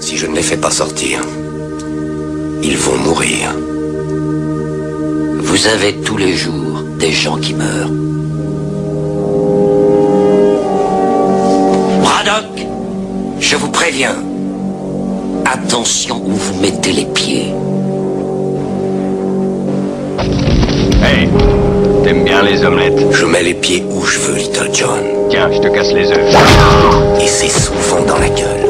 Si je ne les fais pas sortir, ils vont mourir. Vous avez tous les jours des gens qui meurent. Braddock, je vous préviens. Attention où vous mettez les pieds. Hey, t'aimes bien les omelettes? Je mets les pieds où je veux, Little John. Tiens, je te casse les œufs. Et c'est souvent dans la gueule.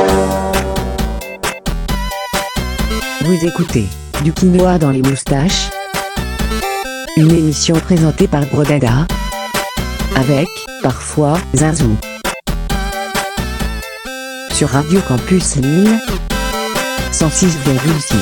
Vous écoutez Du quinoa dans les moustaches, une émission présentée par Brodaga, avec, parfois, Zazou. Sur Radio Campus Lille, 106,6.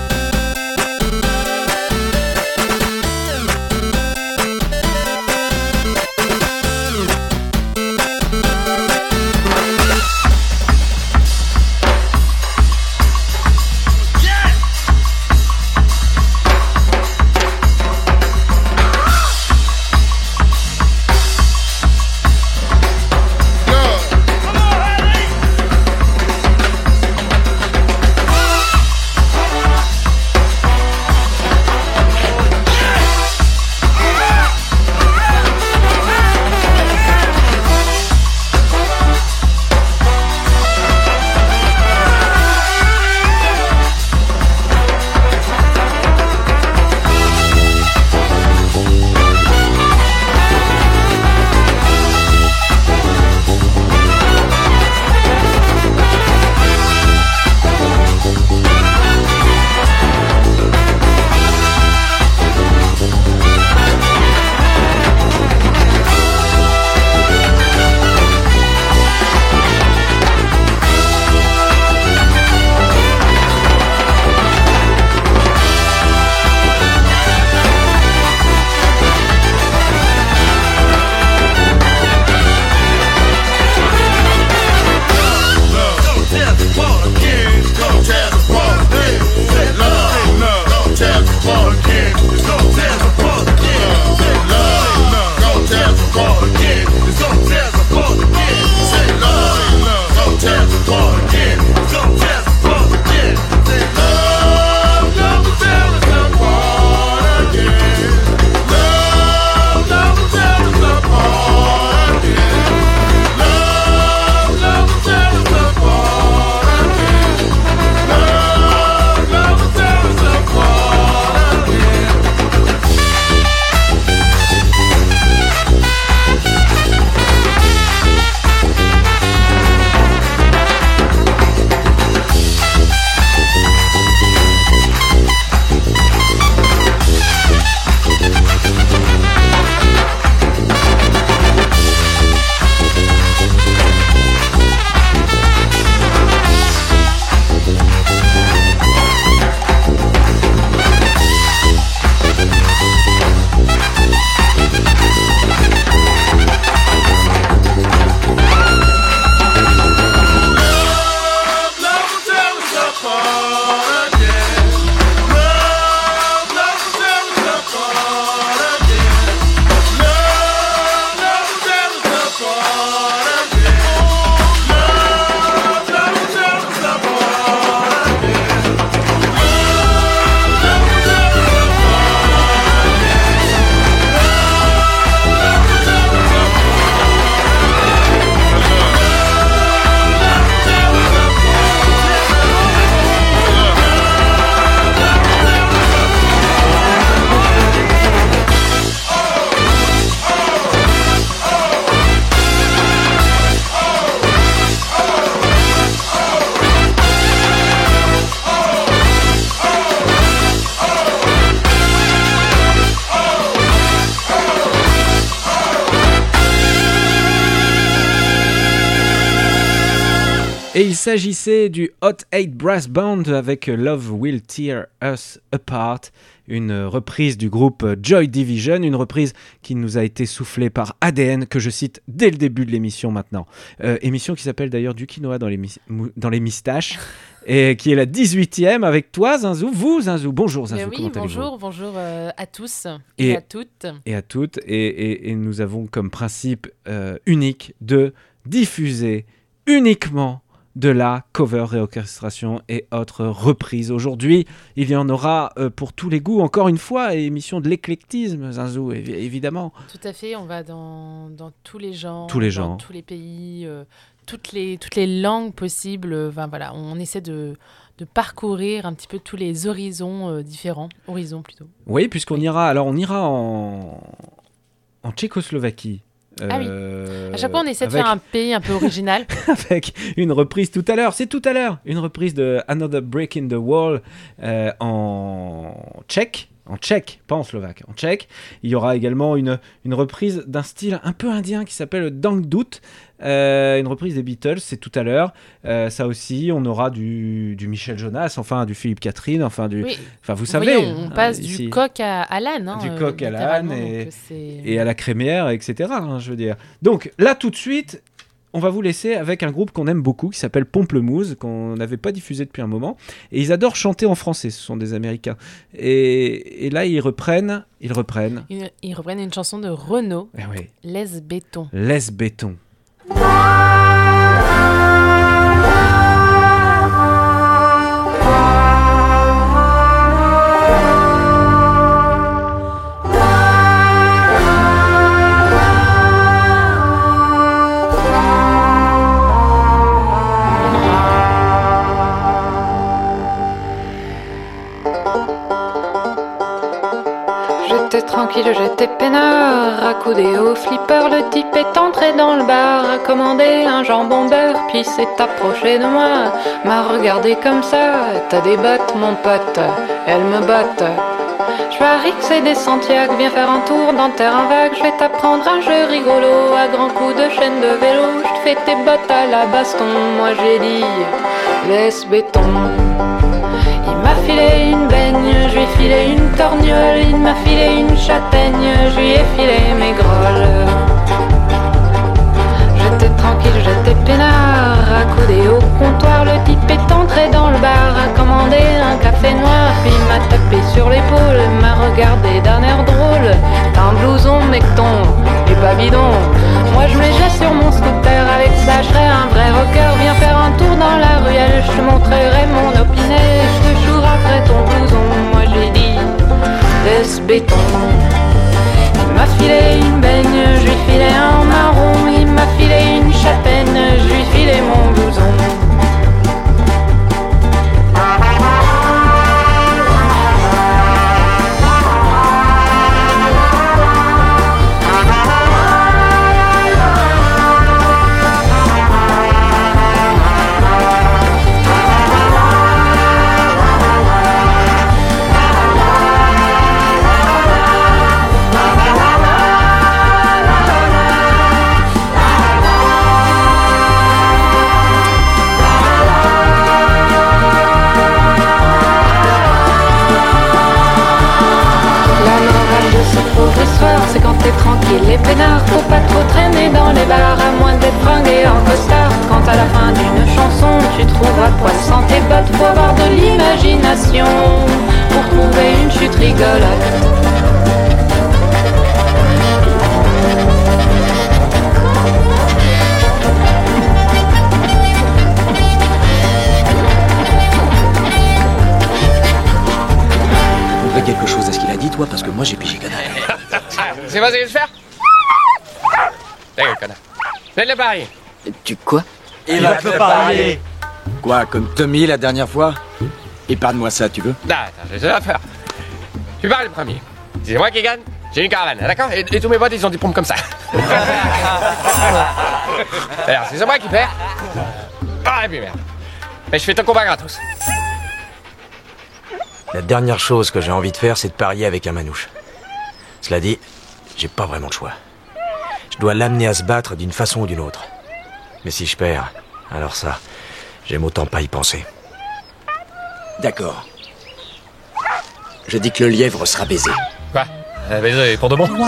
Et il s'agissait du Hot 8 Brass Band avec Love Will Tear Us Apart, une reprise du groupe Joy Division, une reprise qui nous a été soufflée par ADN, que je cite dès le début de l'émission maintenant. Émission qui s'appelle d'ailleurs Du quinoa dans les mistaches, et qui est la 18e avec toi Zinzou, Zinzou. Bonjour Zinzou, comment allez-vous ? Bonjour à tous et à toutes. Et à toutes, et nous avons comme principe unique de diffuser uniquement de la cover, réorchestration et autres reprises. Aujourd'hui, il y en aura pour tous les goûts, encore une fois, émission de l'éclectisme, Zinzou, évidemment. Tout à fait, on va dans tous les genres, dans tous les pays, toutes les langues possibles. Enfin, voilà, on essaie de parcourir un petit peu tous les horizons différents. Horizons plutôt. Oui, puisqu'on ira en Tchécoslovaquie. Ah oui. À chaque fois, on essaie de faire un pays un peu original. Avec une reprise tout à l'heure, une reprise de Another Break in the Wall en tchèque, pas en slovaque, en tchèque. Il y aura également une reprise d'un style un peu indien qui s'appelle Dangdut, une reprise des Beatles, c'est tout à l'heure. Ça aussi, on aura du Michel Jonas, enfin du Philippe Catherine, vous savez. On passe du coq à l'âne. Du coq à l'âne et à la crémière, etc. Je veux dire. Donc là, tout de suite, on va vous laisser avec un groupe qu'on aime beaucoup qui s'appelle Pamplemousse, qu'on n'avait pas diffusé depuis un moment. Et ils adorent chanter en français, ce sont des Américains. Et là, ils reprennent une chanson de Renaud, Laisse béton. Laisse béton. J'étais tranquille, j'étais peinard, accoudé au flipper, le type est entré dans le bar, a commandé un jambon beurre, puis s'est approché de moi, m'a regardé comme ça, t'as des bottes mon pote, elles me bottent. Je parie que c'est des Santiago, viens faire un tour dans terrain vague, je vais t'apprendre un jeu rigolo, à grands coups de chaîne de vélo, je te fais tes bottes à la baston, moi j'ai dit, laisse béton. Il m'a filé une baigne, je lui ai filé une torgnole, il m'a filé une châtaigne, je lui ai filé mes grolles. J'étais tranquille, j'étais peinard, accoudé au comptoir, le type est entré dans le bar, a commandé un café noir, puis m'a tapé sur l'épaule, m'a regardé d'un air drôle. T'as un blouson mecton, et pas bidon. Moi je me jette sur mon scooter, avec ça je serai un vrai rocker. Viens faire un tour dans la ruelle, je te montrerai mon opinet, je te chouraperai ton blouson. Moi j'ai dit, laisse béton. Il m'a filé une baigne, je lui filai un marron, il m'a filé une châtaigne, je lui filai mon blouson. C'est quand t'es tranquille et peinard, faut pas trop traîner dans les bars, à moins d'être fringué en costard. Quand à la fin d'une chanson, tu trouves à poil sans tes bottes, faut avoir de l'imagination pour trouver une chute rigolote. Quelque chose à ce qu'il a dit, toi, parce que moi j'ai pigé canard. C'est pas ce que je vais faire. Ta gueule, connard. Laisse-le parier. Tu quoi? Il va te parier. Quoi, comme Tommy la dernière fois? Épargne-moi ça, tu veux? Non, attends, j'ai à faire. Tu parles le premier. Si c'est moi qui gagne, j'ai une caravane, d'accord? Et tous mes potes, ils ont des pompes comme ça. Alors, si c'est moi qui perds. Ah, et puis merde. Mais je fais ton combat gratos. La dernière chose que j'ai envie de faire, c'est de parier avec un manouche. Cela dit, j'ai pas vraiment le choix. Je dois l'amener à se battre d'une façon ou d'une autre. Mais si je perds, alors ça, j'aime autant pas y penser. D'accord. Je dis que le lièvre sera baisé. Quoi? Baisé pour de bon?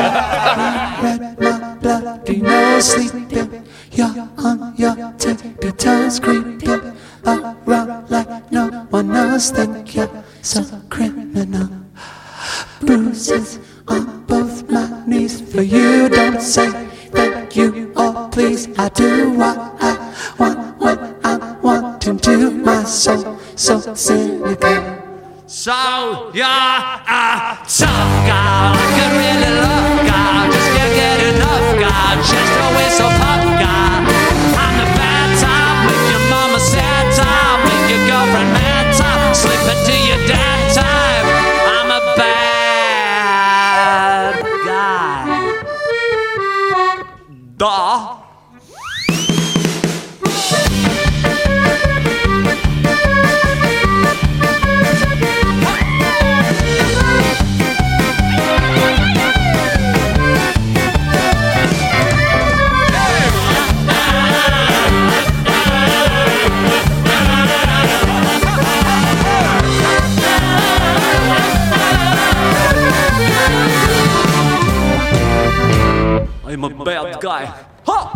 So criminal. Bruises on both my knees for you. Don't say thank you or please. I do what I want when I'm my soul, so cynical. So you're a tough guy, like a really love guy. Just can't get enough guy, just a whistle pop guy. I'm the bad type, make your mama sad type, make your girlfriend mad type, slip into your dad type. I'm a bad guy. Duh. I'm a bad guy. Ha!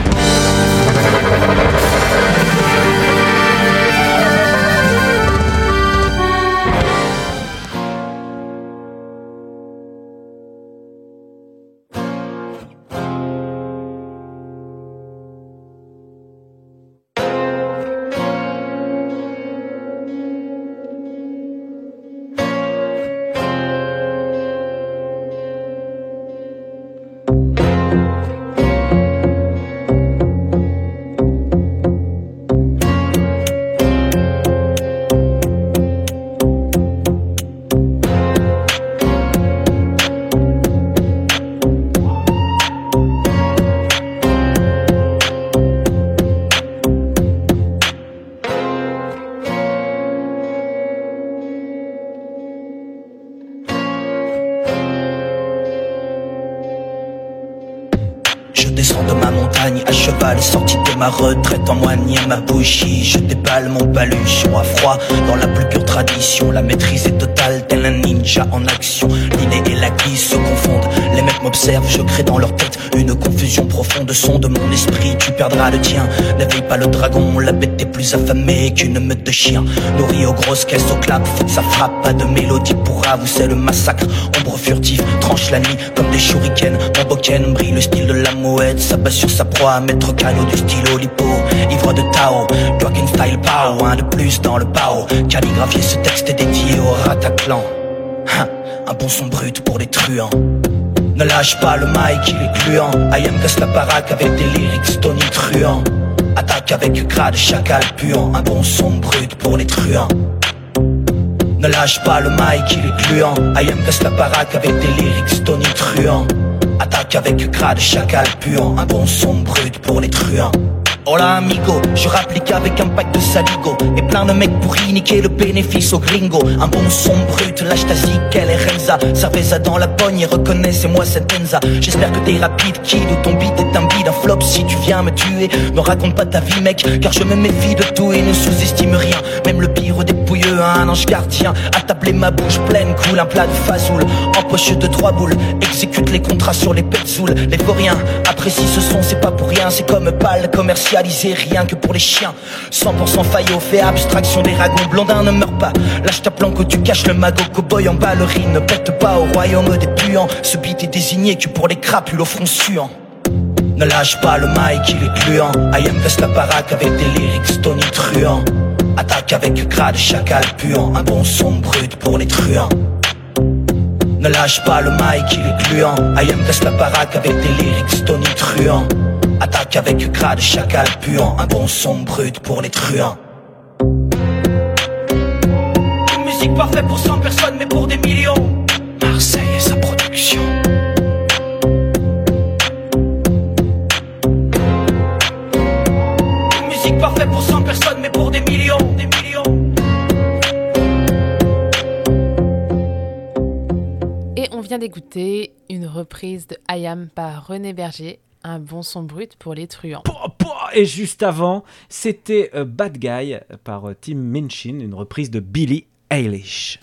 À cheval, sorti de ma retraite en moignée ma bougie. Je déballe mon baluchon à froid dans la plus pure tradition. La maîtrise est totale, tel un ninja en action. L'idée et la guise se confondent. Les mecs m'observent, je crée dans leur tête une confusion profonde. Son de mon esprit, tu perdras le tien. N'éveille pas le dragon, la bête est plus affamée qu'une meute de chiens. Nourrie aux grosses caisses au clap, faut que ça frappe. Pas de mélodie pour avouer le massacre. Ombre furtive, tranche la nuit comme des shurikens. Mon boken brille le style de la mouette. S'abat sur sa proie, maître canot du stylo lipo. Ivre de Tao, Dragon Style Pow. Un de plus dans le Pao. Calligraphier ce texte dédié au Rataclan. Un bon son brut pour les truands. Ne lâche pas le mic, il est gluant. I am casse la baraque avec des lyrics tonitruants. Attaque avec grade, chacal puant. Un bon son brut pour les truands. Ne lâche pas le mic, il est gluant. I am casse la baraque avec des lyrics tonitruants. Attaque avec grade, chacal puant. Un bon son brut pour les truands. Hola amigo, je rapplique avec un pack de saligo. Et plein de mecs pour y niquer le bénéfice au gringo. Un bon son brut, lâche ta zik, elle est Renza. Cerveza dans la pogne et reconnaissez-moi cette Enza. J'espère que t'es rapide, kid, ou ton beat est un bide. Un flop si tu viens me tuer. Me raconte pas ta vie mec, car je me méfie de tout et ne sous-estime rien. Même le pire dépouilleux a un ange gardien. Attabler ma bouche pleine, coule un plat de fazoul. En poche de 3 boules, exécute les contrats sur les petzouls. Les vauriens apprécient ce son, c'est pas pour rien. C'est comme pâle, commercial. Rien que pour les chiens. 100% faillot, fait abstraction des ragons. Blondin ne meurt pas, lâche ta planque où tu caches le magot. Cowboy en ballerine, ne pète pas au royaume des puants. Ce beat est désigné que pour les crapules au front suant. Ne lâche pas le mic, il est gluant. I am veste la baraque avec des lyrics tonitruants. Attaque avec grade, chacal puant. Un bon son brut pour les truands. Ne lâche pas le mic, il est gluant. I am veste la baraque avec des lyrics tonitruants. Attaque avec grade, chacal puant. Un bon son brut pour les truands. Une musique parfaite pour 100 personnes mais pour des millions. Marseille et sa production. Une musique parfaite pour 100 personnes mais pour des millions. Des millions. Et on vient d'écouter une reprise de I Am par René Berger. Un bon son brut pour les truands. Et juste avant, c'était Bad Guy par Tim Minchin, une reprise de Billie Eilish.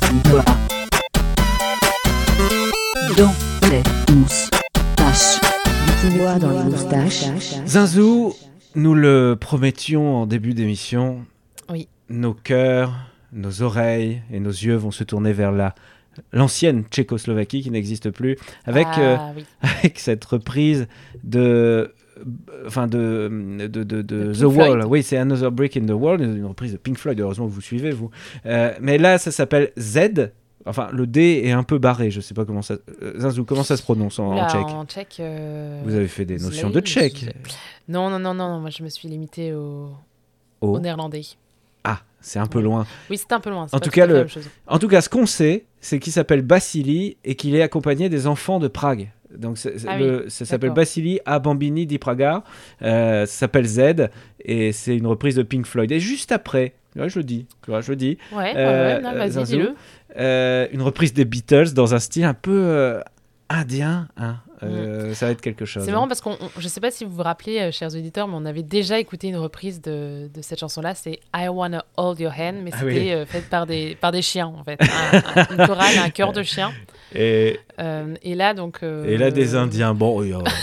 Dans les moustaches. Du quinoa dans les moustaches. Zinzou, nous le promettions en début d'émission. Oui. Nos cœurs, nos oreilles et nos yeux vont se tourner vers l'ancienne Tchécoslovaquie qui n'existe plus, avec, oui. avec cette reprise de enfin de The Pink Wall. Floyd. Oui, c'est Another Brick in the Wall, une reprise de Pink Floyd. Heureusement que vous suivez, vous. Mais là, ça s'appelle Z. Enfin, le D est un peu barré. Je sais pas comment ça. Zinzou, comment ça se prononce en Là, tchèque? En tchèque. Vous avez fait des notions Slave, de tchèque. Non. Moi, je me suis limitée au Oh. néerlandais. Ah, c'est un peu loin. Oui, c'est un peu loin. c'est En pas tout tout cas, à fait la même chose. En tout cas, ce qu'on sait, c'est qu'il s'appelle Basili et qu'il est accompagné des enfants de Prague. Donc ça s'appelle d'accord. Basili a Bambini di Praga. Ça s'appelle Z et c'est une reprise de Pink Floyd. Et juste après, là, je le dis. Ouais, non, vas-y, Zinzou, dis-le. une reprise des Beatles dans un style un peu indien. Hein. Ça va être quelque chose. C'est marrant parce je sais pas si vous vous rappelez, chers auditeurs, mais on avait déjà écouté une reprise de cette chanson-là. C'est I Wanna Hold Your Hand, mais c'était fait par des chiens, en fait. Une chorale, un chœur de chiens. Et là, donc... Et là, des Indiens. Bon,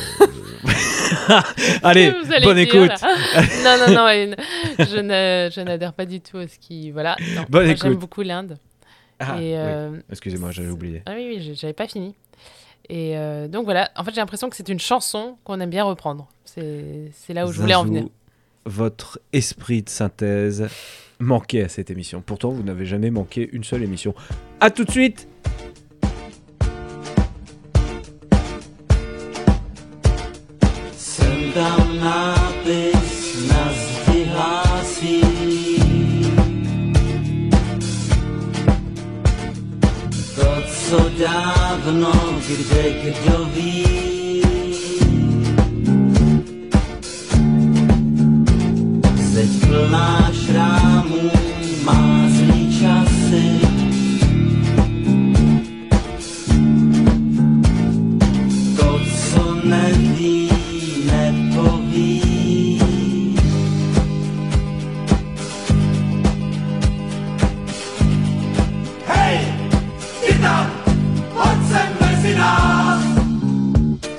allez, bonne écoute. Non, je n'adhère pas du tout à ce qui... Voilà. Non, bonne moi, écoute. j'aime beaucoup l'Inde. Oui. Excusez-moi, j'avais oublié. Ah oui, j'avais pas fini. Et donc voilà, en fait j'ai l'impression que c'est une chanson qu'on aime bien reprendre. C'est là où je voulais en venir. Votre esprit de synthèse manquait à cette émission. Pourtant, vous n'avez jamais manqué une seule émission. À tout de suite. Co dávno, kdo ví. Zeď plná šrámů, má zlý časy. To, co neví, nepoví. Hej, ty tam! Pojď sem mezi nás!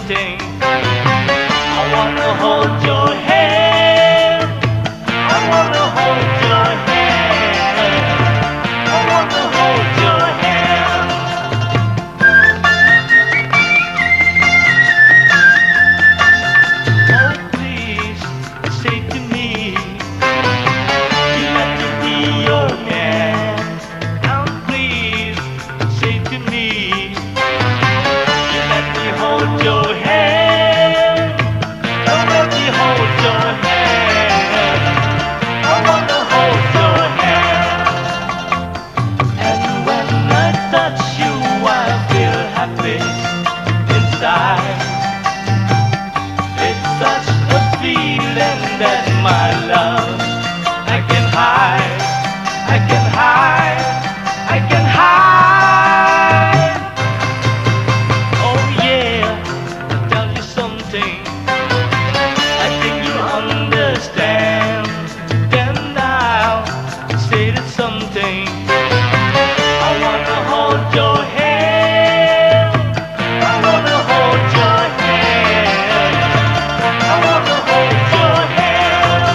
something. I wanna hold your hand. I wanna hold your hand. I wanna hold your hand. Oh, please say to me, you let me be your man. Now please say to me, you let me hold your hand. Don't let me hold your hand. I wanna hold your hand. And when I touch you, I feel happy inside. It's such a feeling that my love I can hide, I can hide, I can hide. Oh yeah, I'll tell you something. I think you understand. Then I'll say that something. I wanna hold your hand. I wanna hold your hand. I wanna hold your hand.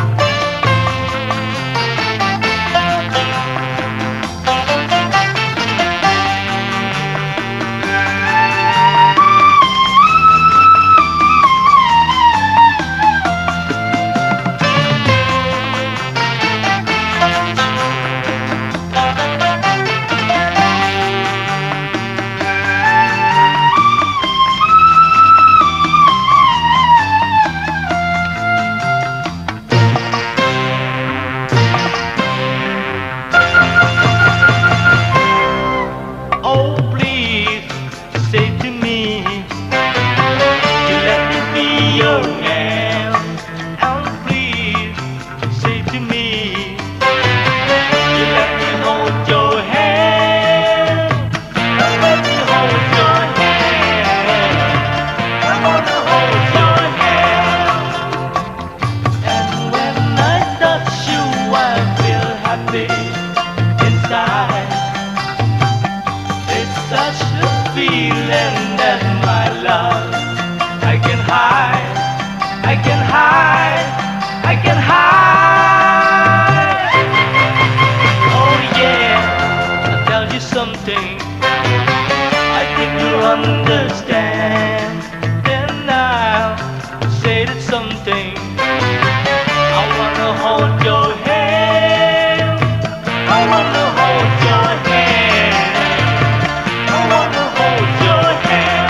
Oh, please say to me, you let me be your man. And please say to me, you let me hold your hand. And let me hold your hand. I wanna hold your hand. And when I touch you, I feel happy inside. It's such a feeling that my love I can hide, I can hide, I can hide. Oh yeah, I'll tell you something. I think you'll understand. Then I'll say that something. I wanna hold your hand. I wanna hold your hand. I wanna hold your hand.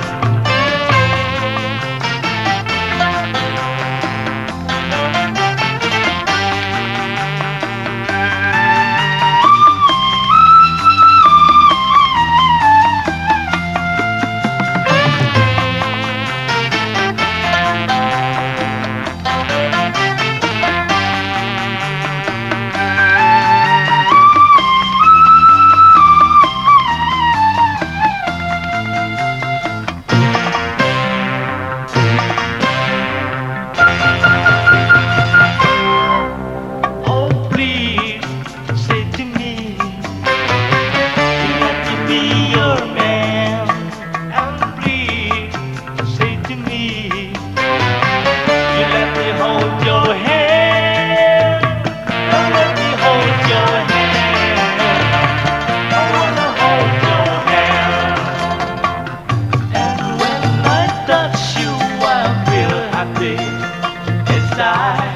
Oh, please say to me, you let me be your man. And please say to me, you let me hold your hand. And let me hold your hand. I wanna hold your hand. And when I touch you, I feel happy inside.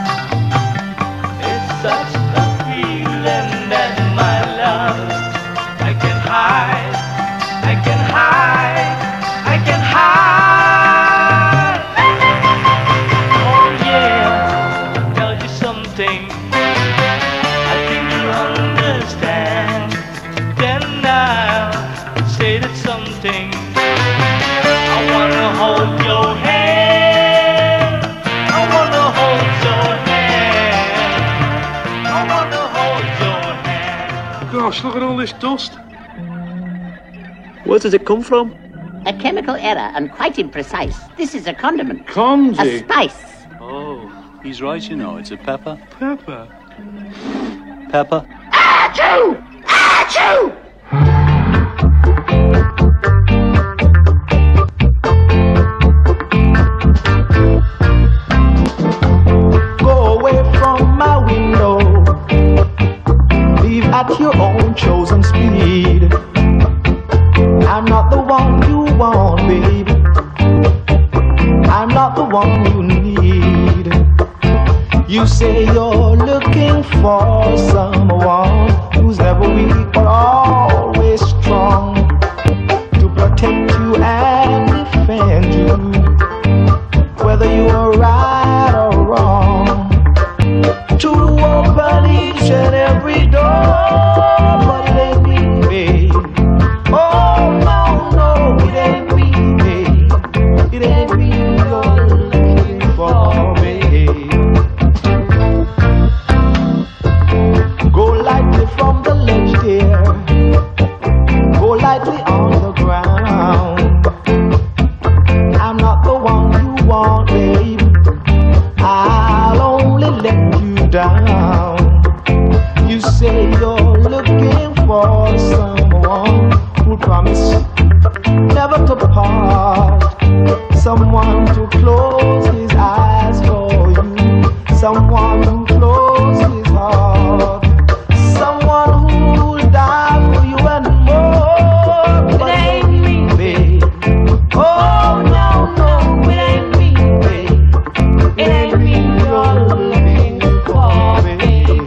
It's such a feeling that my love I can hide, I can hide, I can hide. Oh yeah, I'll tell you something. I think you'll understand. Then I'll say that something. I wanna hold your hand. I wanna hold your hand. I wanna hold your hand. Gosh, look at all this dust. Where does it come from? A chemical error and quite imprecise. This is a condiment. Conzi. A spice. Oh, he's right, you know. It's a pepper. Pepper. Pepper. Achoo! Achoo! own chosen speed. I'm not the one you want, baby. I'm not the one you need. You say you're looking for someone who's never weak but always strong, to protect you and defend you, whether you are right or wrong, to open each and every door. But it ain't me, babe. Oh no, no, it ain't me, babe. It ain't me you're looking for, babe. Go lightly from the ledge, dear. Go lightly on the ground. I'm not the one you want, babe. I'll only let you down. You say you're looking for someone who promise never to part, someone to close his eyes for you, someone who close his heart, someone who'll die for you and more. But it ain't me, babe. Oh no, no, it ain't me, babe. It ain't me you're looking for, babe.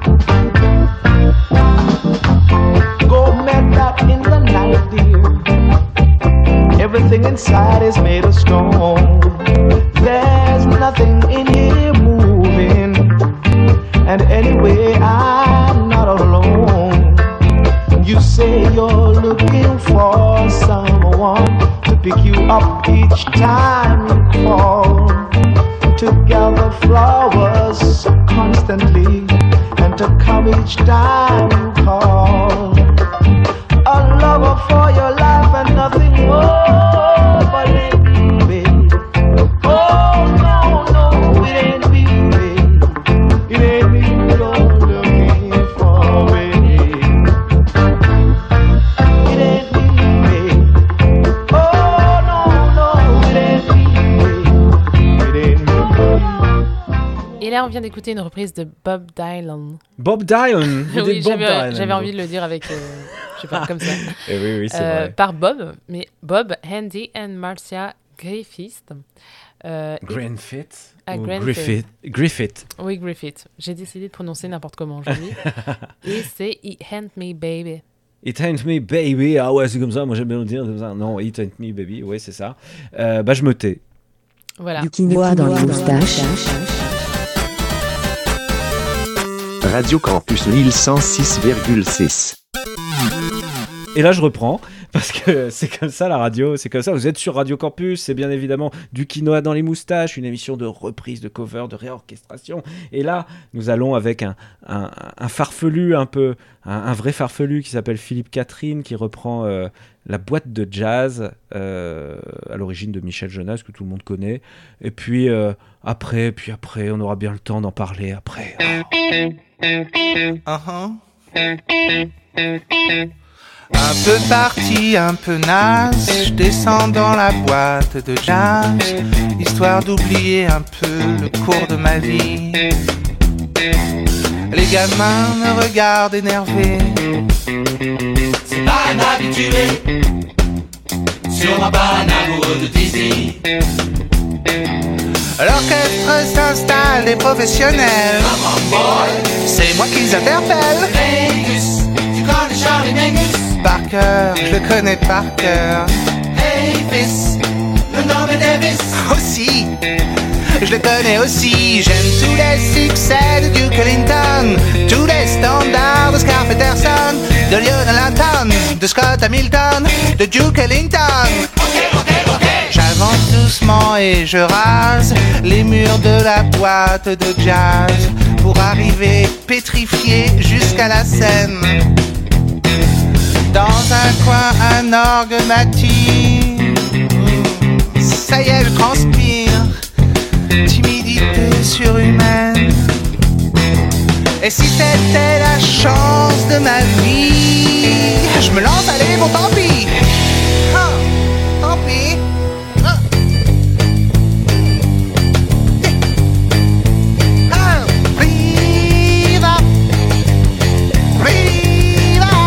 Go met that in the night, dear. Everything inside is made of stone. There's nothing in here moving, and anyway I'm not alone. You say you're looking for someone to pick you up each time you fall, to gather flowers constantly, and to come each time you call. A lover for your life and nothing more. But it ain't me, babe. Oh no, no, it ain't me, babe. It ain't me you're looking for, babe. It ain't me, babe. Oh no, no, it ain't me, babe. It ain't me. Et là, on vient d'écouter une reprise de Bob Dylan. Bob Dylan. Oui, j'avais envie de le dire avec, je sais pas, comme ça. Et oui, c'est vrai. Par Bob, mais Bob, Andy and Marcia Griffith. Griffith ou Griffith. Griffith. Oui, Griffith. J'ai décidé de prononcer n'importe comment aujourd'hui. Et c'est It Ain't Me Baby. It Ain't Me Baby. Ah ouais, c'est comme ça. Moi, j'aime bien le dire. Comme ça. Non, It Ain't Me Baby. Ouais, c'est ça. Bah, je me tais. Voilà. Du quinoa dans les moustaches. Radio Campus Lille 106,6. Et là, je reprends, parce que c'est comme ça la radio, c'est comme ça. Vous êtes sur Radio Campus, c'est bien évidemment du quinoa dans les moustaches, une émission de reprise, de cover, de réorchestration. Et là, nous allons avec un farfelu, un vrai farfelu qui s'appelle Philippe Catherine, qui reprend la boîte de jazz à l'origine de Michel Jonas, que tout le monde connaît. Et puis après, on aura bien le temps d'en parler après. Un peu parti, un peu naze, je descends dans la boîte de jazz, histoire d'oublier un peu le cours de ma vie. Les gamins me regardent énervés. C'est pas un habitué, sûrement pas un amoureux de Dizzy. L'orchestre s'installe, des professionnels. C'est moi qu'ils interpellent. Vegas, tu connais Charlie Mingus? Par cœur, je le connais par cœur. Hey fils, le nom est Davis. Aussi, je le connais aussi. J'aime tous les succès de Duke Ellington, tous les standards de Scar Peterson, de Lionel Hampton, de Scott Hamilton, de Duke Ellington. J'avance doucement et je rase les murs de la boîte de jazz pour arriver pétrifié jusqu'à la scène. Dans un coin, un orgue m'attire. Ça y est, je transpire. Timidité surhumaine. Et si c'était la chance de ma vie, je me lance, allez, bon tant pis. Tant pis. Breathe up.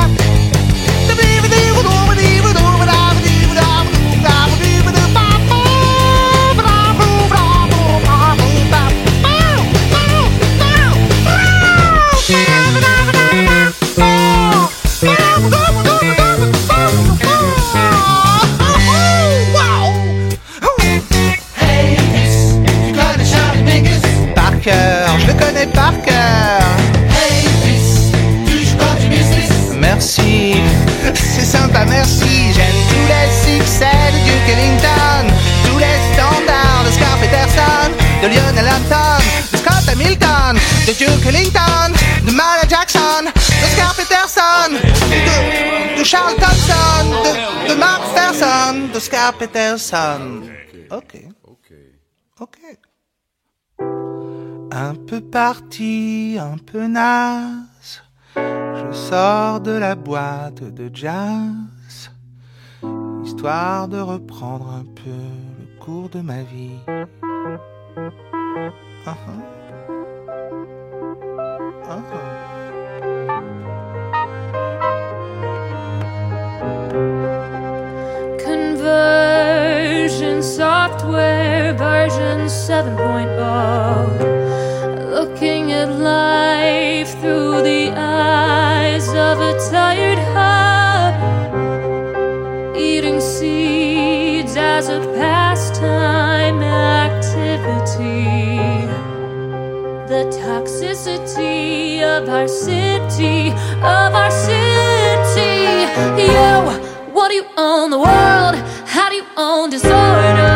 de Duke Ellington, de Mahalia Jackson, de Scar Peterson, de Charles Thompson, de Mark Ferson, de Scar Peterson. Ok. Un peu parti, un peu naze, je sors de la boîte de jazz, histoire de reprendre un peu le cours de ma vie. Conversion software version 7.0. Looking at life through the eyes of a tired hub. Eating seeds as a pastime activity. The toxicity of our city, Yo, what do you own the world? How do you own disorder?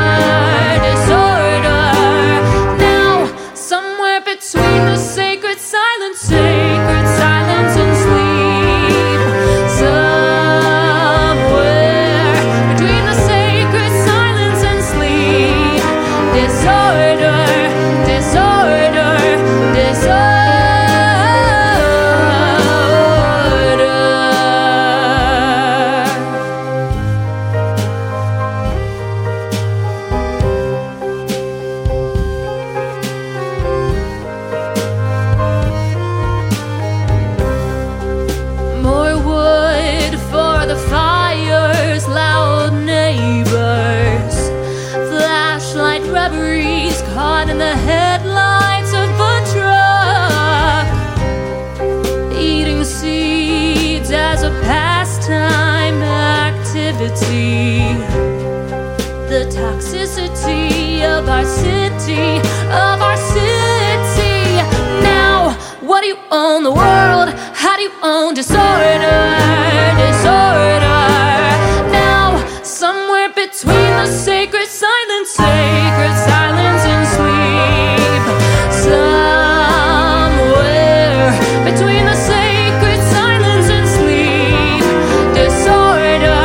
Now, somewhere between the sacred silence and sleep. Somewhere between the sacred silence and sleep. Disorder. In the headlights of a truck, eating seeds as a pastime activity. The toxicity of our city, Now, what do you own the world? How do you own disorder? Now, somewhere between the sacred silence and sleep. Somewhere between the sacred silence and sleep. Disorder.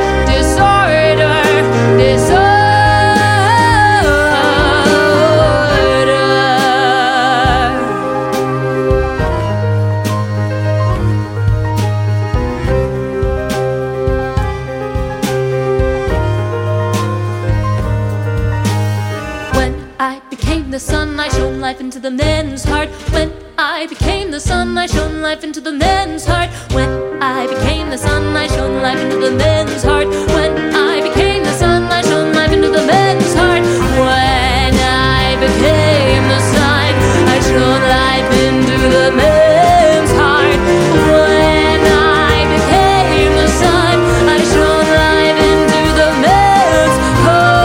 The sun, I shone life into the men's heart. When I became the sun, I shone life into the men's heart. When I became the sun, I shone life into the men's heart. When I became the sun, I shone life into the men's heart. When I became the sun, I shone life into the men's heart. When I became the sun, I shone life into the men's heart.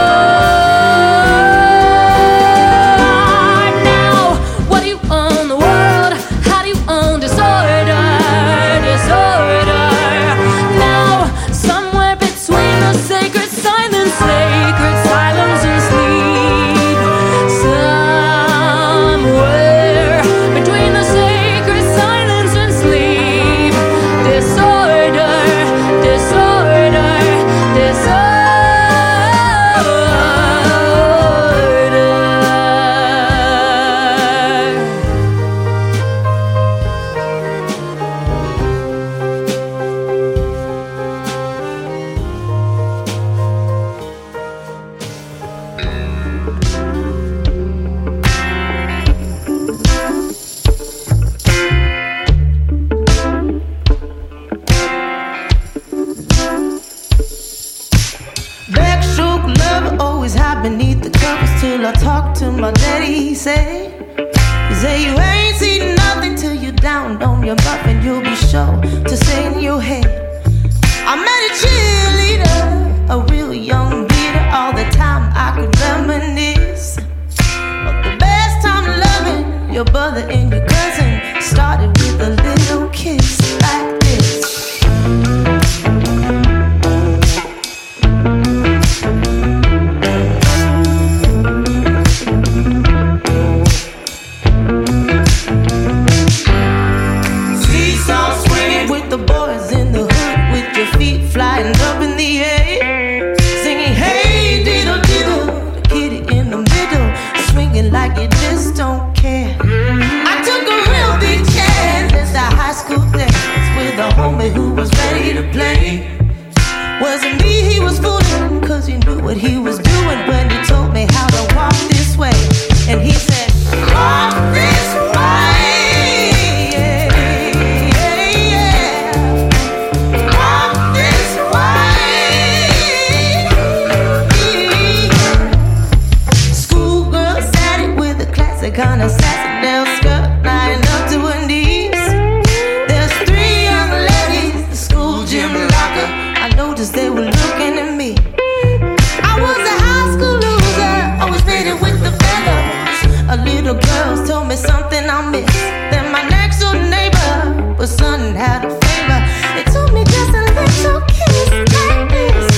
kind of sassy little skirt lying up to her knees. There's 3 young ladies, the school gym locker. I noticed they were looking at me. I was a high school loser, always faded with the feathers. A little girl told me something I missed. Then my next door neighbor was son had a favor. It told me just a little kiss like this.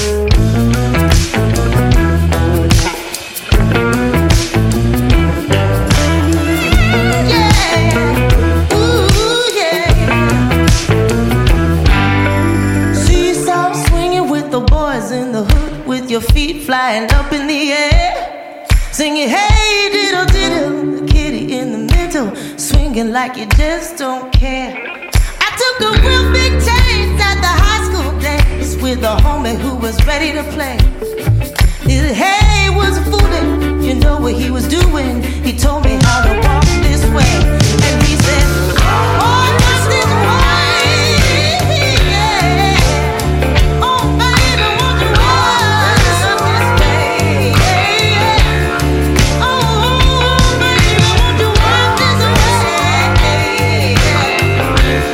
Yeah, ooh yeah. Seesaw swinging with the boys in the hood, with your feet flying up in the air, singing hey diddle diddle. The kitty in the middle, swinging like you just don't care. I took a real big chance at the high school dance with a homie who was ready to play. His hey was fooling, you know what he was doing. He told me how to walk this way, and he said, oh, just this way, yeah. Oh, baby, won't you walk this way, yeah. Oh, baby, won't you walk this way, yeah.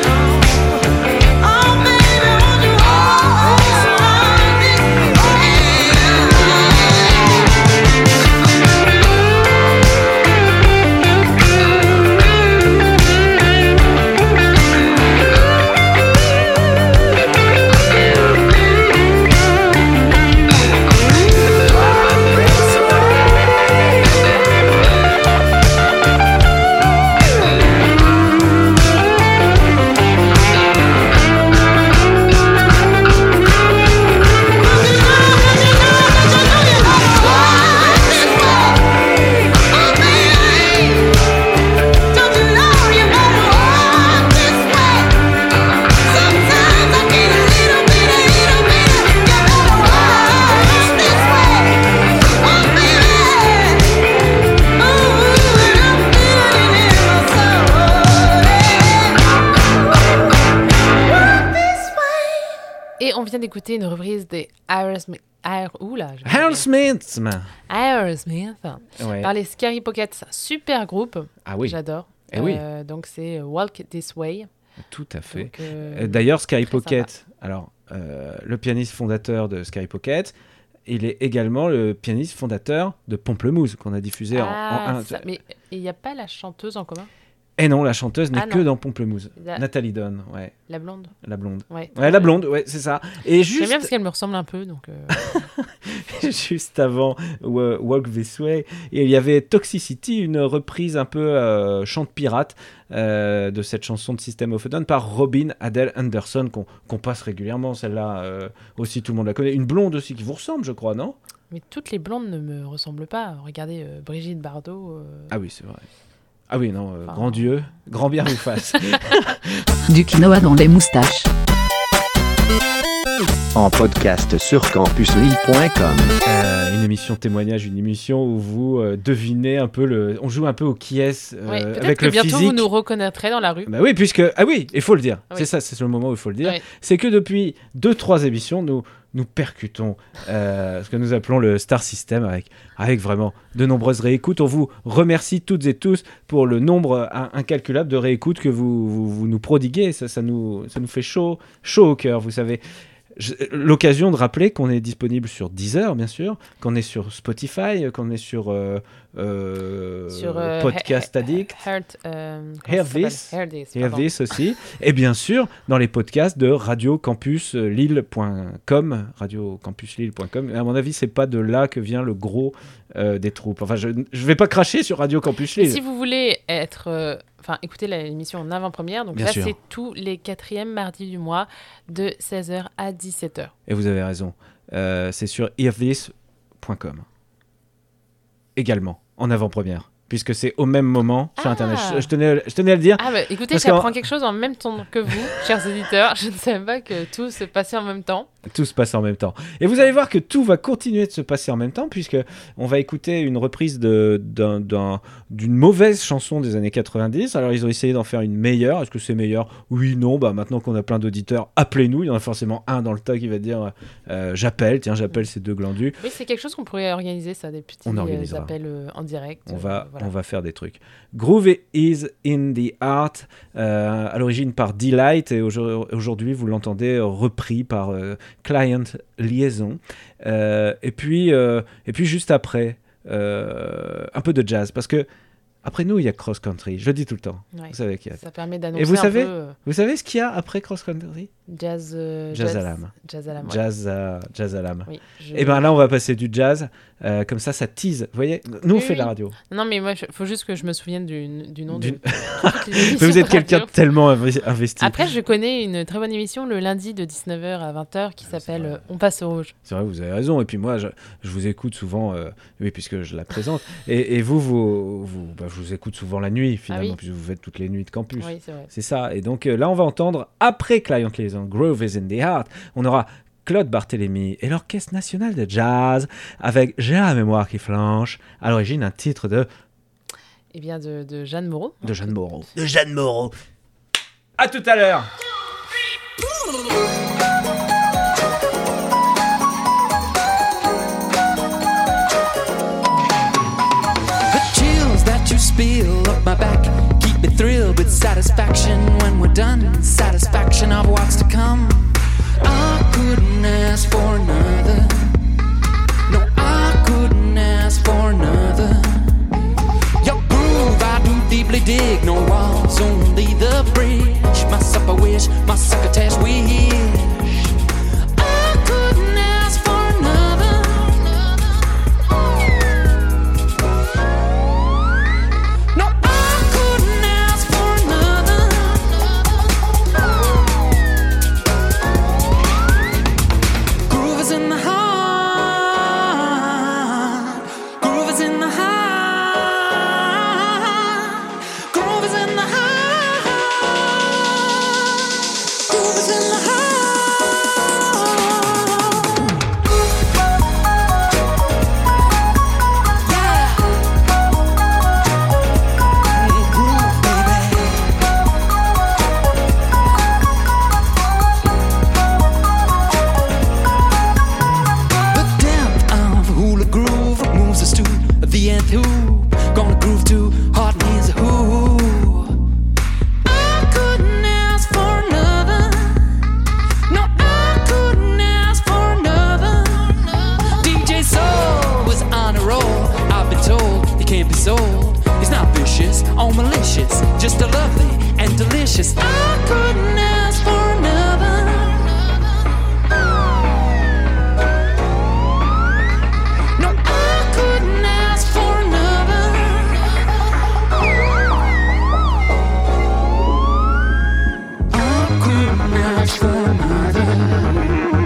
Oh, baby, won't you walk this way. On vient d'écouter une reprise des Aerosmith. Aerosmith. Ouais. Par les Scary Pockets, super groupe. Ah oui. J'adore. Oui. Donc c'est Walk This Way. Tout à fait. Donc, d'ailleurs, Scary Pocket, alors le pianiste fondateur de Scary Pocket, il est également le pianiste fondateur de Pamplemousse qu'on a diffusé en un. Mais il n'y a pas la chanteuse en commun? Et non, la chanteuse n'est que dans Pamplemousse. La... Nathalie Dunn, ouais. La blonde. La blonde. Ouais, la blonde, ouais, c'est ça. Et juste... J'aime bien parce qu'elle me ressemble un peu, donc... Juste avant Walk This Way, il y avait Toxicity, une reprise un peu chante pirate de cette chanson de System of a Down par Robin Adele Anderson, qu'on passe régulièrement. Celle-là aussi, tout le monde la connaît. Une blonde aussi qui vous ressemble, je crois, non? Mais toutes les blondes ne me ressemblent pas. Regardez Brigitte Bardot. Ah oui, c'est vrai. Ah oui, non, grand Dieu, grand bien vous fasse. Du quinoa dans les moustaches. En podcast sur campuslille.com. Une émission témoignage, une émission où vous devinez un peu on joue un peu au qui est avec le physique. Bientôt vous nous reconnaîtrez dans la rue. Bah oui, puisque il faut le dire. Oui. C'est ça, c'est le moment où il faut le dire. Oui. C'est que depuis 2-3 émissions, nous percutons ce que nous appelons le Star System avec vraiment de nombreuses réécoutes. On vous remercie toutes et tous pour le nombre incalculable de réécoutes que vous nous prodiguez. Ça nous fait chaud au cœur, vous savez. L'occasion de rappeler qu'on est disponible sur Deezer, bien sûr, qu'on est sur Spotify, qu'on est sur Podcast Addict, Hear This aussi, et bien sûr dans les podcasts de radiocampusLille.com, radiocampusLille.com. À mon avis, c'est pas de là que vient le gros des troupes. Enfin, je vais pas cracher sur Radio Campus Lille. Si vous voulez écouter l'émission en avant-première, donc bien là, sûr. C'est tous les 4e mardis du mois de 16h à 17h. Et vous avez raison. C'est sur hearthis.com. Également, en avant-première. Puisque c'est au même moment sur Internet. Je tenais à le dire. Ah bah, écoutez, j'apprends quelque chose en même temps que vous, chers éditeurs. Je ne savais pas que tout se passait en même temps. Tout se passe en même temps. Et vous allez voir que tout va continuer de se passer en même temps, puisque on va écouter une reprise d'une mauvaise chanson des années 90. Alors ils ont essayé d'en faire une meilleure. Est-ce que c'est meilleur? Oui, non. Bah maintenant qu'on a plein d'auditeurs, appelez-nous. Il y en a forcément un dans le tas qui va dire j'appelle ces deux glandus. Oui, c'est quelque chose qu'on pourrait organiser, ça, des petits appels en direct. On va On va faire des trucs. Groove is in the art, à l'origine par Delight, et aujourd'hui vous l'entendez repris par Client Liaison. Et puis juste après, un peu de jazz, parce que après nous, il y a Cross Country. Je le dis tout le temps. Ouais. Vous savez qu'il y a... Ça permet d'annoncer Et vous savez, un peu... vous savez ce qu'il y a après Cross Country ? Jazz à l'âme. Jazz à l'âme. Jazz à l'âme. Oui, Et bien là, on va passer du jazz. Comme ça tease. Vous voyez, nous, on fait de la radio. Non, mais moi, il faut juste que je me souvienne du nom de... Vous êtes quelqu'un de tellement investi. Après, je connais une très bonne émission le lundi de 19h à 20h qui s'appelle On passe au rouge. C'est vrai, vous avez raison. Et puis moi, je vous écoute souvent, oui, puisque je la présente. Et vous je vous écoute souvent la nuit, finalement, puisque vous faites toutes les nuits de campus. Oui, c'est vrai. C'est ça. Et donc là, on va entendre, après Client Liaison, Groove is in the Heart, on aura Claude Barthélémy et l'Orchestre National de Jazz avec J'ai la mémoire qui flanche, à l'origine un titre de... Eh bien, de Jeanne Moreau. De Jeanne Moreau. De Jeanne Moreau. À tout à l'heure. Spill up my back, keep me thrilled with satisfaction when we're done, satisfaction of what's to come. I couldn't ask for another. No, I couldn't ask for another. Your groove I do deeply dig, no walls, only the bridge. My supper wish, my succotash wish. I couldn't ask for another. Just a lovely and delicious. I couldn't ask for another. No, I couldn't ask for another. I couldn't ask for another.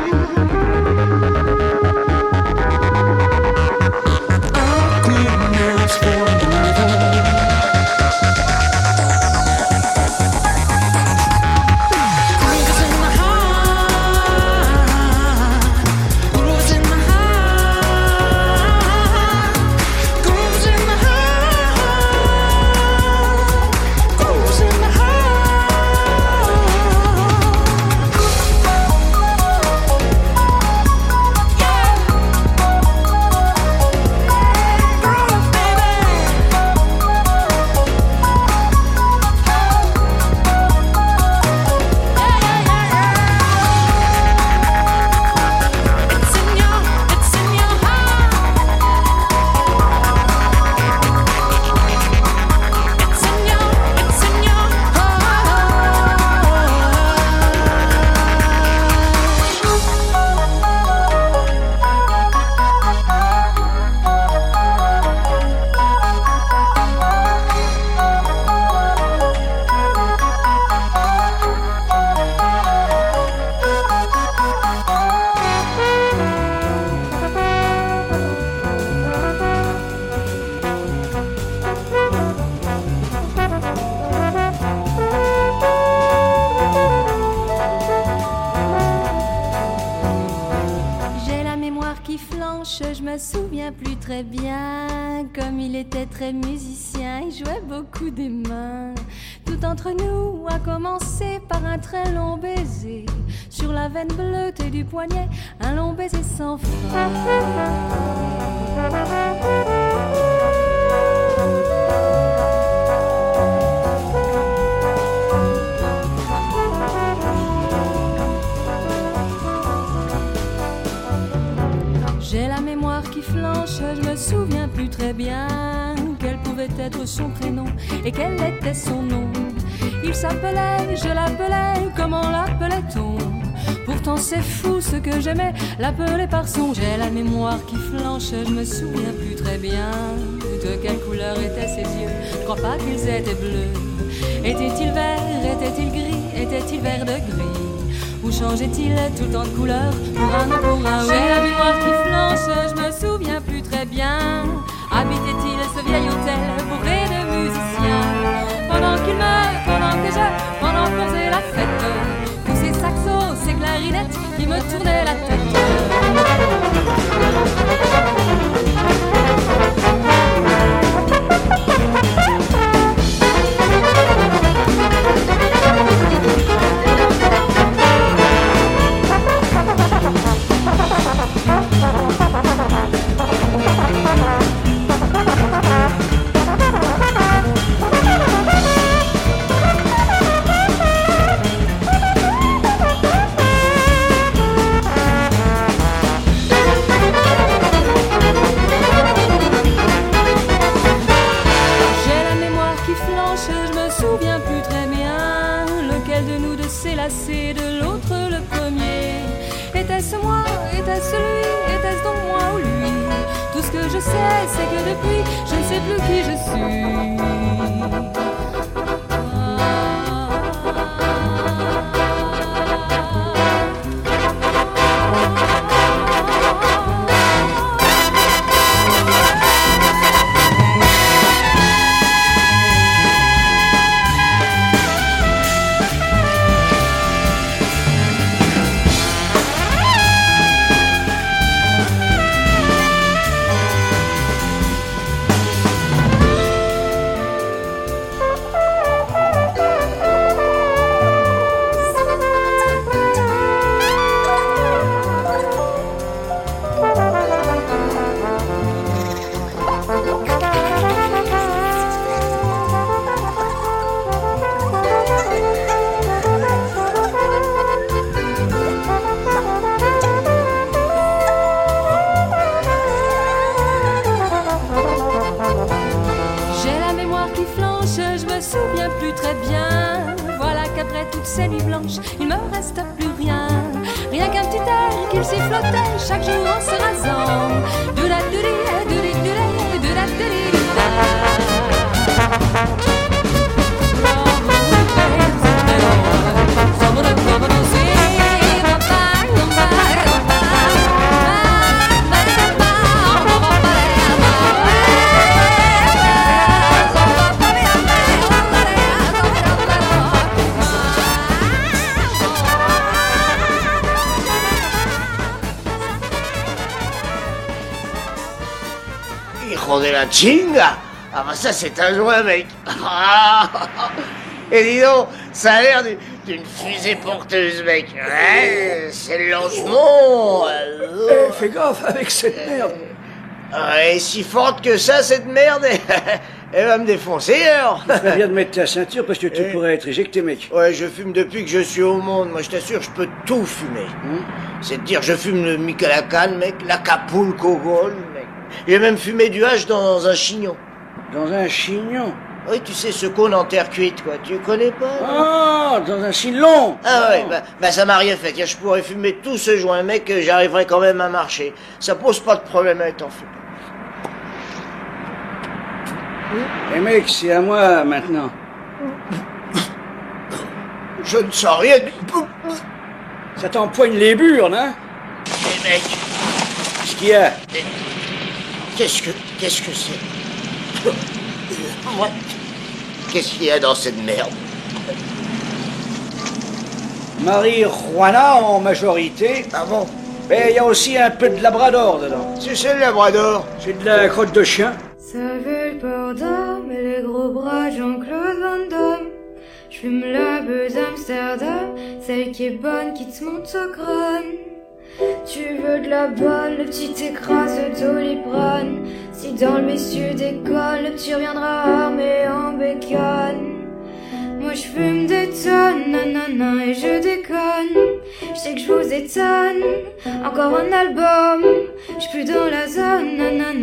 Je me souviens plus très bien. Comme il était très musicien, il jouait beaucoup des mains. Tout entre nous a commencé par un très long baiser. Sur la veine bleutée du poignet, un long baiser sans fin. souviens plus très bien quel pouvait être son prénom et quel était son nom. Il s'appelait, je l'appelais, comment l'appelait-on? Pourtant c'est fou ce que j'aimais, l'appeler par son. J'ai la mémoire qui flanche, je me souviens plus très bien de quelle couleur étaient ses yeux. Je crois pas qu'ils étaient bleus. Était-il vert, était-il gris, était-il vert de gris? Ou changeait-il tout le temps de couleur pour un an, pour un oui? J'ai la mémoire qui flanche, je me souviens plus très bien. Habitait-il ce vieil hôtel bourré de musiciens? Pendant qu'il meurt, pendant que qu'on faisait la fête, tous ces saxos, ces clarinettes qui me tournaient la tête. De l'autre le premier. Était-ce moi, était-ce lui, était-ce donc moi ou lui? Tout ce que je sais, c'est que depuis, je ne sais plus qui je suis. Il me reste plus rien, rien qu'un petit air qu'il sifflotait chaque jour en se rasant. De la chinga. Ah bah ça c'est un joint mec. Et dis donc, ça a l'air d'une fusée porteuse mec. Ouais, c'est le lancement. Fais gaffe avec cette merde. Elle est si forte que ça cette merde. Elle va me défoncer alors. Tu ferais bien de mettre ta ceinture parce que tu pourrais être éjecté mec. Ouais, je fume depuis que je suis au monde. Moi je t'assure, je peux tout fumer. C'est de dire je fume le Mikalakane mec, l'Acapulco-Gold mec. J'ai même fumé du hache dans un chignon. Dans un chignon? Oui, tu sais, ce cône en terre cuite, quoi. Tu connais pas? Ah, dans un chignon. Ah ouais, bah ça m'a rien fait. Tiens, je pourrais fumer tout ce joint, mec, j'arriverai quand même à marcher. Ça pose pas de problème, t'en fais pas. Eh mec, c'est à moi, maintenant. Je ne sens rien du tout. Ça t'empoigne les burnes, hein? Eh mec. Qu'est-ce qu'il y a? Qu'est-ce que c'est? Ouais. Qu'est-ce qu'il y a dans cette merde? Marijuana en majorité. Ah bon? Mais il y a aussi un peu de labrador dedans. C'est le labrador? C'est de la crotte de chien. Ça veut le port d'âme et les gros bras de Jean-Claude Van Damme. J'fume la buzz Amsterdam, celle qui est bonne, qui te monte au crâne. Tu veux de la bonne, le petit écrase de Doliprane. Si dans le messieurs décolle, le petit reviendra armé en bécane. Moi j'fume des tonnes, nanana, et je déconne. J'sais que j'vous étonne, encore un album. J'suis plus dans la zone, nanana, j'me suis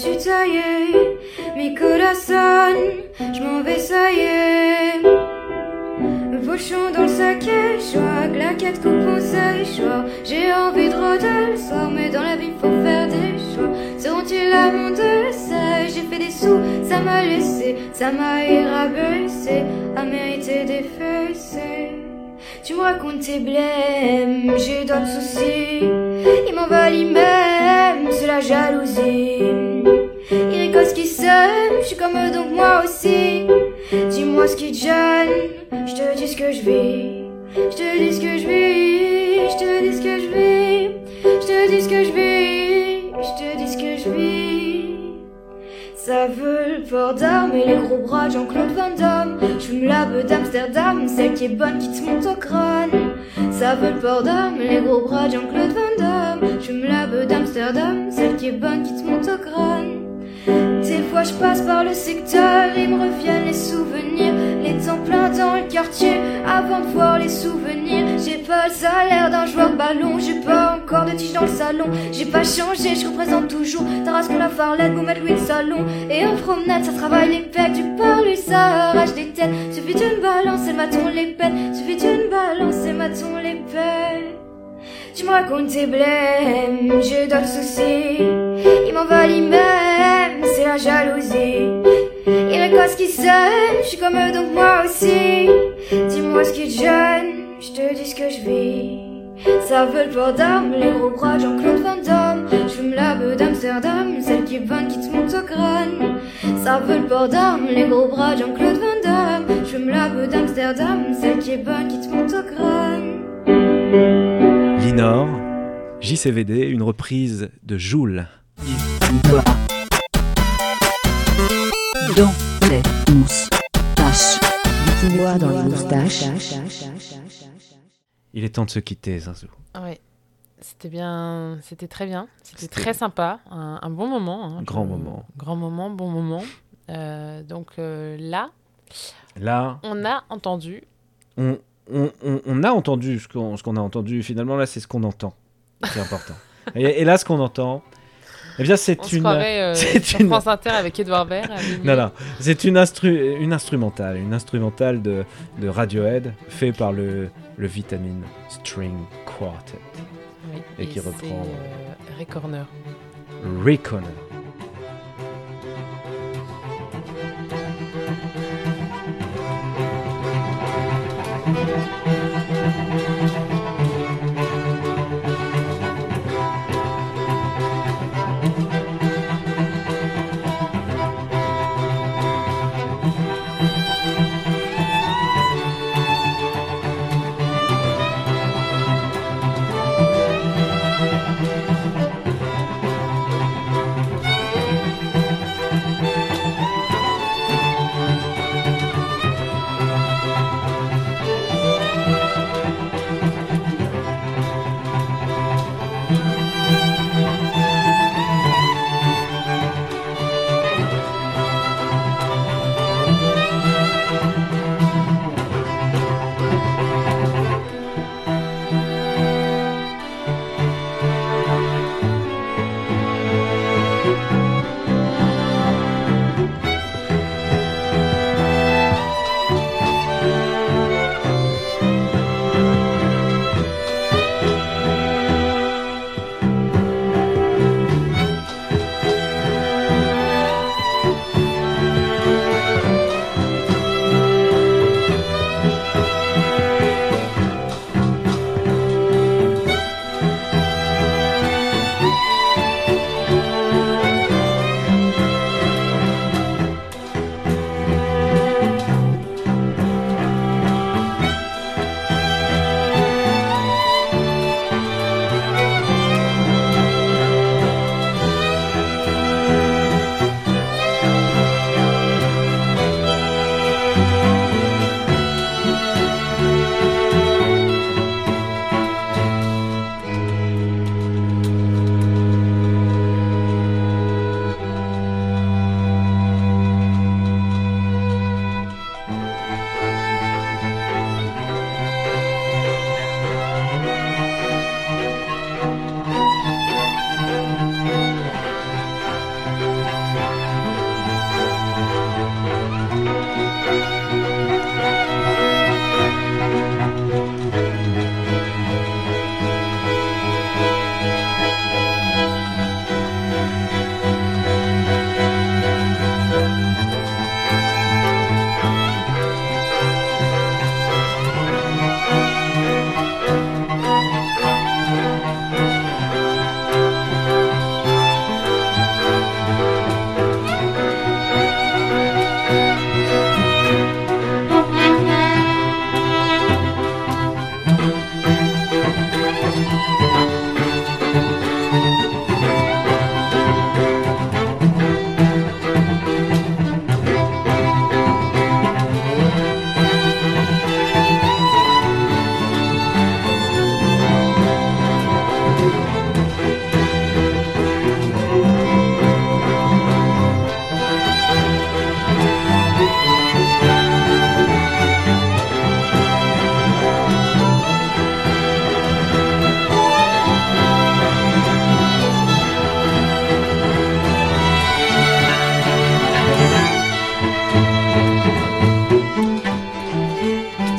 tutoyer. Mi corazón, je m'en vais, ça y est. Pochon dans le saké, choix, claquette, coupe, conseil, choix. J'ai envie de rôder le soir, mais dans la vie faut faire des choix. Seront-ils là mon dessin? J'ai fait des sous, ça m'a laissé, ça m'a rabaissé, à mériter des fessées. Tu me racontes tes blêmes, j'ai d'autres soucis. Ils m'envahissent même, c'est la jalousie. Ils rigolent ce qu'ils s'aiment, je suis comme eux donc moi aussi. Dis-moi ce qui te gêne, je te dis ce que je vis. Je te dis ce que je vis, je te dis ce que je vis. Je te dis ce que je vis, je te dis ce que je vis. Ça veut le port d'armes et les gros bras de Jean-Claude Van Damme. Je fume la beuh d'Amsterdam, celle qui est bonne qui te monte au crâne. Ça veut le port d'armes et les gros bras de Jean-Claude Van Damme. Je fume la beuh d'Amsterdam, celle qui est bonne qui te monte au crâne. Des fois je passe par le secteur, il me reviennent les souvenirs. Les temps pleins dans le quartier, avant de voir les souvenirs. J'ai pas le salaire d'un joueur de ballon, j'ai pas encore de tige dans le salon. J'ai pas changé, je représente toujours Tarascon, la Farlette, Goumette, Louis le salon. Et en promenade, ça travaille les pecs, du parlu, ça arrache des têtes. Suffit d'une balance et maton les peines, suffit d'une balance et maton les peines. Tu me racontes tes blêmes, j'ai d'autres soucis. Ils m'envahissent même, c'est la jalousie. Ils récoltent ce qu'ils s'aiment, je suis comme eux donc moi aussi. Dis-moi ce qui te gêne, je te dis ce que je vis. Ça veut le port d'armes, les gros bras de Jean-Claude Van Damme. Je fume la beuh d'Amsterdam, celle qui est bonne qui te monte au crâne. Ça veut le port d'armes, les gros bras de Jean-Claude Van Damme. Je fume la beuh d'Amsterdam, celle qui est bonne qui te monte au crâne. Linor, JCVD, une reprise de Joule. Dans les moustaches. Du quinoa dans les moustaches. Il est temps de se quitter, Zinzou. Ouais, c'était bien, c'était très bien, c'était très sympa, un bon moment. Hein, grand moment. Grand moment, bon moment. Donc là, on a entendu. On a entendu ce qu'on a entendu. Finalement, là, c'est ce qu'on entend. C'est important. et là, ce qu'on entend, eh bien, c'est une. Sur France Inter avec Edouard Baird. Non, c'est une instrumentale de Radiohead, fait par le Vitamin String Quartet, oui, et qui reprend Ray Corner. Ray Corner.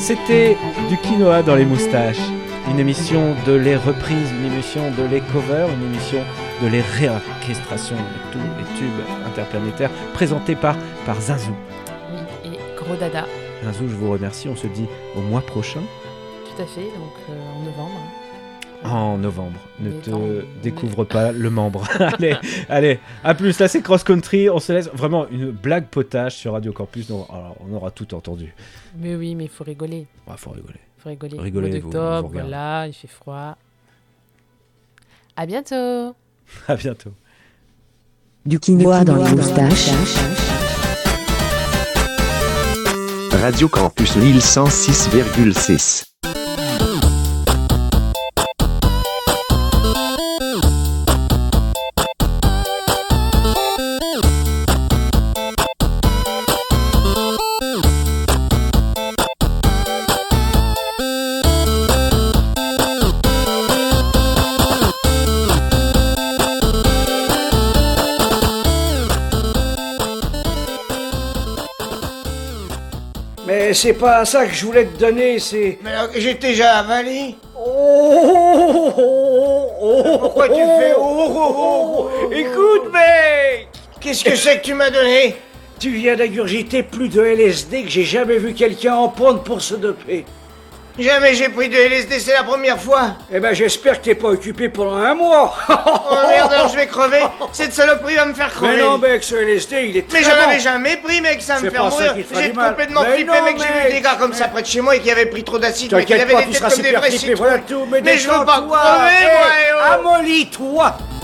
C'était du quinoa dans les moustaches. Une émission de les reprises, une émission de les covers, une émission de les réorchestrations de tous les tubes interplanétaires présentés par Zinzou. Oui, et gros dada. Zinzou, je vous remercie. On se dit au mois prochain. Tout à fait, donc en novembre. En novembre. Ne te découvre pas le membre. allez, à plus. Là, c'est Cross Country. On se laisse vraiment une blague potage sur Radio Campus. Alors, on aura tout entendu. Mais oui, mais il faut rigoler. Ouais, faut rigoler. Rigoler. Mois d'octobre, là, il fait froid. À bientôt. À bientôt. Du quinoa dans les moustaches. Radio Campus Lille 106,6. Mais c'est pas ça que je voulais te donner, c'est... Mais alors, j'ai déjà avalé. Pourquoi tu fais Écoute, mec! Qu'est-ce que c'est que tu m'as donné? Tu viens d'ingurgiter plus de LSD que j'ai jamais vu quelqu'un en prendre pour se doper. Jamais j'ai pris de LSD, c'est la première fois. Eh ben j'espère que t'es pas occupé pendant un mois. Oh merde, alors je vais crever. Cette saloperie va me faire crever. Mais non mec, ce LSD il est très Mais bon. j'en avais jamais pris mec, ça va me faire mourir. J'ai complètement flippé mec, j'ai vu des gars comme ça près de chez moi et qui avaient pris trop d'acide, mais qui avaient des têtes comme des vrais citrouilles. Voilà tout, mais je veux pas crever, moi. Amollis-toi.